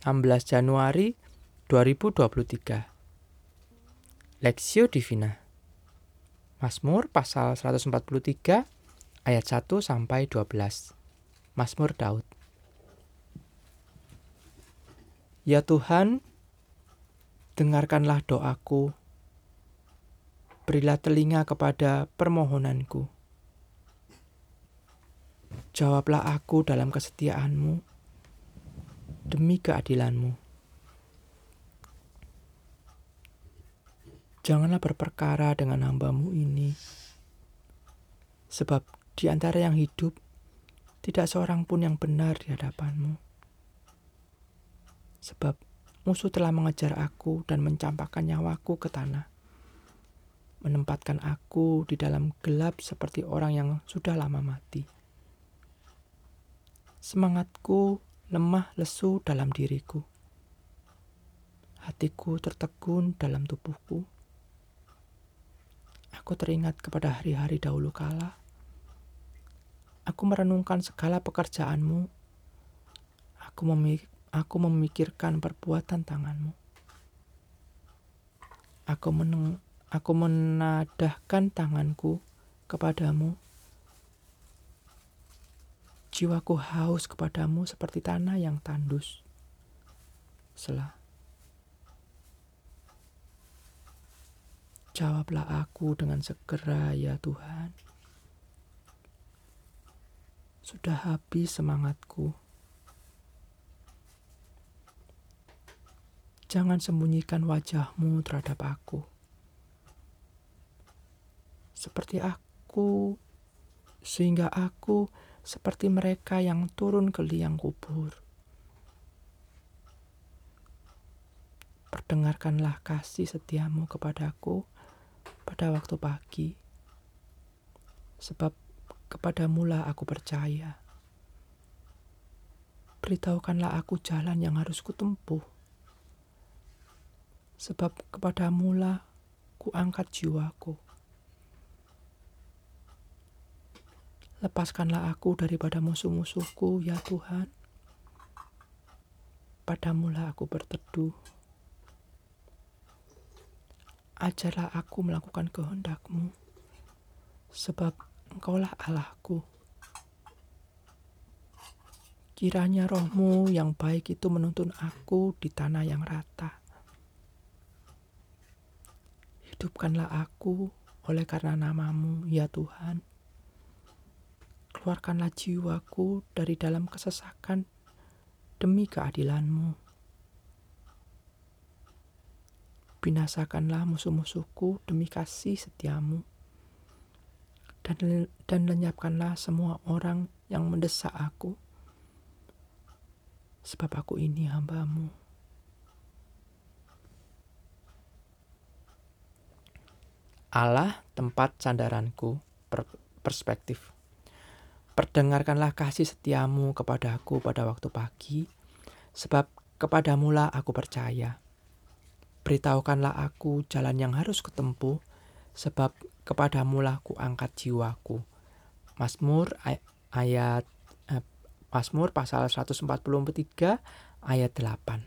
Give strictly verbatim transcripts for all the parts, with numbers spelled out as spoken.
enam belas Januari dua ribu dua puluh tiga. Lexio Divina. Mazmur pasal seratus empat puluh tiga ayat satu sampai dua belas. Mazmur Daud. Ya Tuhan, dengarkanlah doaku. Berilah telinga kepada permohonanku. Jawablah aku dalam kesetiaan-Mu, demi keadilan-Mu. Janganlah berperkara dengan hamba-Mu ini, sebab di antara yang hidup, tidak seorang pun yang benar di hadapan-Mu. Sebab musuh telah mengejar aku dan mencampakkan nyawaku ke tanah, menempatkan aku di dalam gelap seperti orang yang sudah lama mati. Semangatku lemah lesu dalam diriku. Hatiku tertegun dalam tubuhku. Aku teringat kepada hari-hari dahulu kala. Aku merenungkan segala pekerjaan-Mu. Aku, memik- aku memikirkan perbuatan tangan-Mu. Aku, meneng- aku menadahkan tanganku kepadamu. Jiwaku haus kepadamu seperti tanah yang tandus. Selah. Jawablah aku dengan segera, ya Tuhan. Sudah habis semangatku. Jangan sembunyikan wajah-Mu terhadap aku. Seperti aku, sehingga aku seperti mereka yang turun ke liang kubur. Perdengarkanlah kasih setia-Mu kepadaku pada waktu pagi, sebab kepadamu-lah aku percaya. Beritahukanlah aku jalan yang harus kutempuh, sebab kepadamu-lah kuangkat jiwaku. Lepaskanlah aku daripada musuh-musuhku, ya Tuhan. Padamu-lah aku berteduh. Ajarlah aku melakukan kehendak-Mu, sebab Engkaulah Allahku. Kiranya Roh-Mu yang baik itu menuntun aku di tanah yang rata. Hidupkanlah aku oleh karena nama-Mu, ya Tuhan. Keluarkanlah jiwaku dari dalam kesesakan demi keadilan-Mu. Binasakanlah musuh-musuhku demi kasih setia-Mu. Dan, dan lenyapkanlah semua orang yang mendesak aku. Sebab aku ini hamba-Mu. Allah tempat sandaranku. Per, perspektif. Perdengarkanlah kasih setia-Mu kepada aku pada waktu pagi, sebab kepadamu-lah aku percaya. Beritahukanlah aku jalan yang harus kutempuh, sebab kepadamu-lah kuangkat jiwaku. Mazmur ay- ayat eh, Mazmur pasal seratus empat puluh tiga ayat delapan.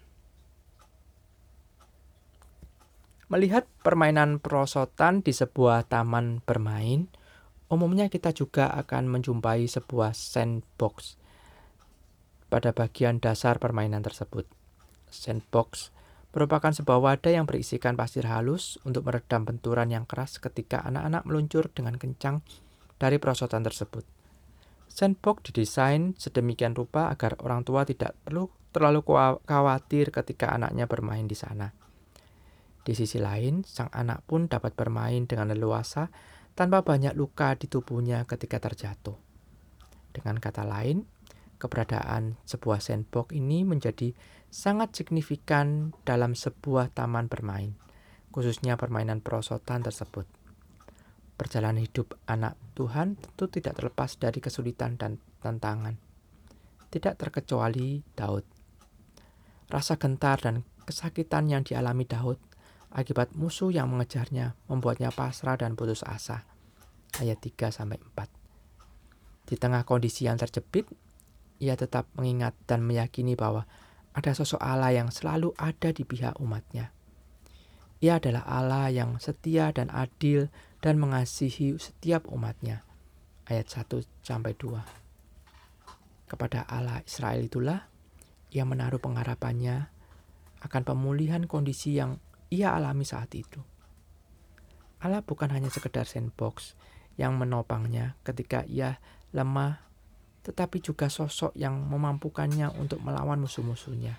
Melihat permainan perosotan di sebuah taman bermain, umumnya kita juga akan menjumpai sebuah sandbox pada bagian dasar permainan tersebut. Sandbox merupakan sebuah wadah yang berisikan pasir halus untuk meredam benturan yang keras ketika anak-anak meluncur dengan kencang dari perosotan tersebut. Sandbox didesain sedemikian rupa agar orang tua tidak perlu terlalu khawatir ketika anaknya bermain di sana. Di sisi lain, sang anak pun dapat bermain dengan leluasa tanpa banyak luka di tubuhnya ketika terjatuh. Dengan kata lain, keberadaan sebuah sandbox ini menjadi sangat signifikan dalam sebuah taman bermain, khususnya permainan perosotan tersebut. Perjalanan hidup anak Tuhan tentu tidak terlepas dari kesulitan dan tantangan. Tidak terkecuali Daud. Rasa gentar dan kesakitan yang dialami Daud akibat musuh yang mengejarnya membuatnya pasrah dan putus asa. Ayat tiga sampai empat. Di tengah kondisi yang terjepit, ia tetap mengingat dan meyakini bahwa ada sosok Allah yang selalu ada di pihak umatnya. Ia adalah Allah yang setia dan adil dan mengasihi setiap umatnya. Ayat satu sampai dua. Kepada Allah Israel itulah ia menaruh pengharapannya akan pemulihan kondisi yang ia alami saat itu. Allah bukan hanya sekedar sandbox yang menopangnya ketika ia lemah, tetapi juga sosok yang memampukannya untuk melawan musuh-musuhnya.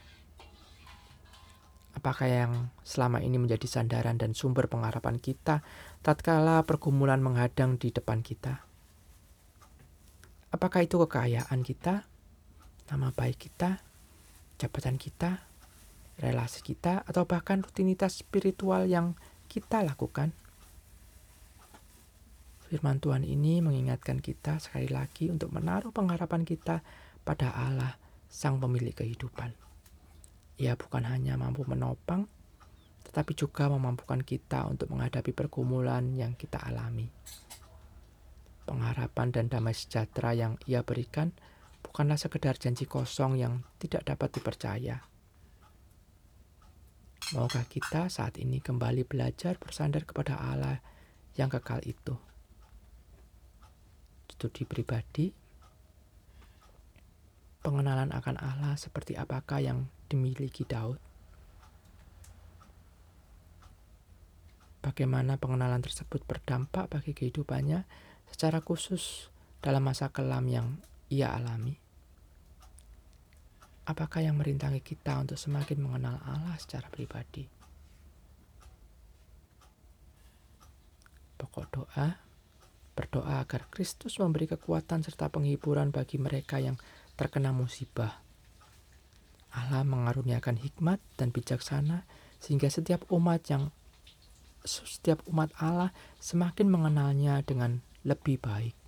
Apakah yang selama ini menjadi sandaran dan sumber pengharapan kita tatkala pergumulan menghadang di depan kita? Apakah itu kekayaan kita, nama baik kita, jabatan kita, relasi kita, atau bahkan rutinitas spiritual yang kita lakukan? Firman Tuhan ini mengingatkan kita sekali lagi untuk menaruh pengharapan kita pada Allah, Sang Pemilik kehidupan. Ia bukan hanya mampu menopang, tetapi juga memampukan kita untuk menghadapi pergumulan yang kita alami. Pengharapan dan damai sejahtera yang ia berikan bukanlah sekedar janji kosong yang tidak dapat dipercaya. Maukah kita saat ini kembali belajar bersandar kepada Allah yang kekal itu? Studi pribadi, pengenalan akan Allah seperti apakah yang dimiliki Daud? Bagaimana pengenalan tersebut berdampak bagi kehidupannya secara khusus dalam masa kelam yang ia alami? Apakah yang merintangi kita untuk semakin mengenal Allah secara pribadi? Pokok doa, berdoa agar Kristus memberi kekuatan serta penghiburan bagi mereka yang terkena musibah. Allah mengaruniakan hikmat dan bijaksana sehingga setiap umat yang setiap umat Allah semakin mengenalnya dengan lebih baik.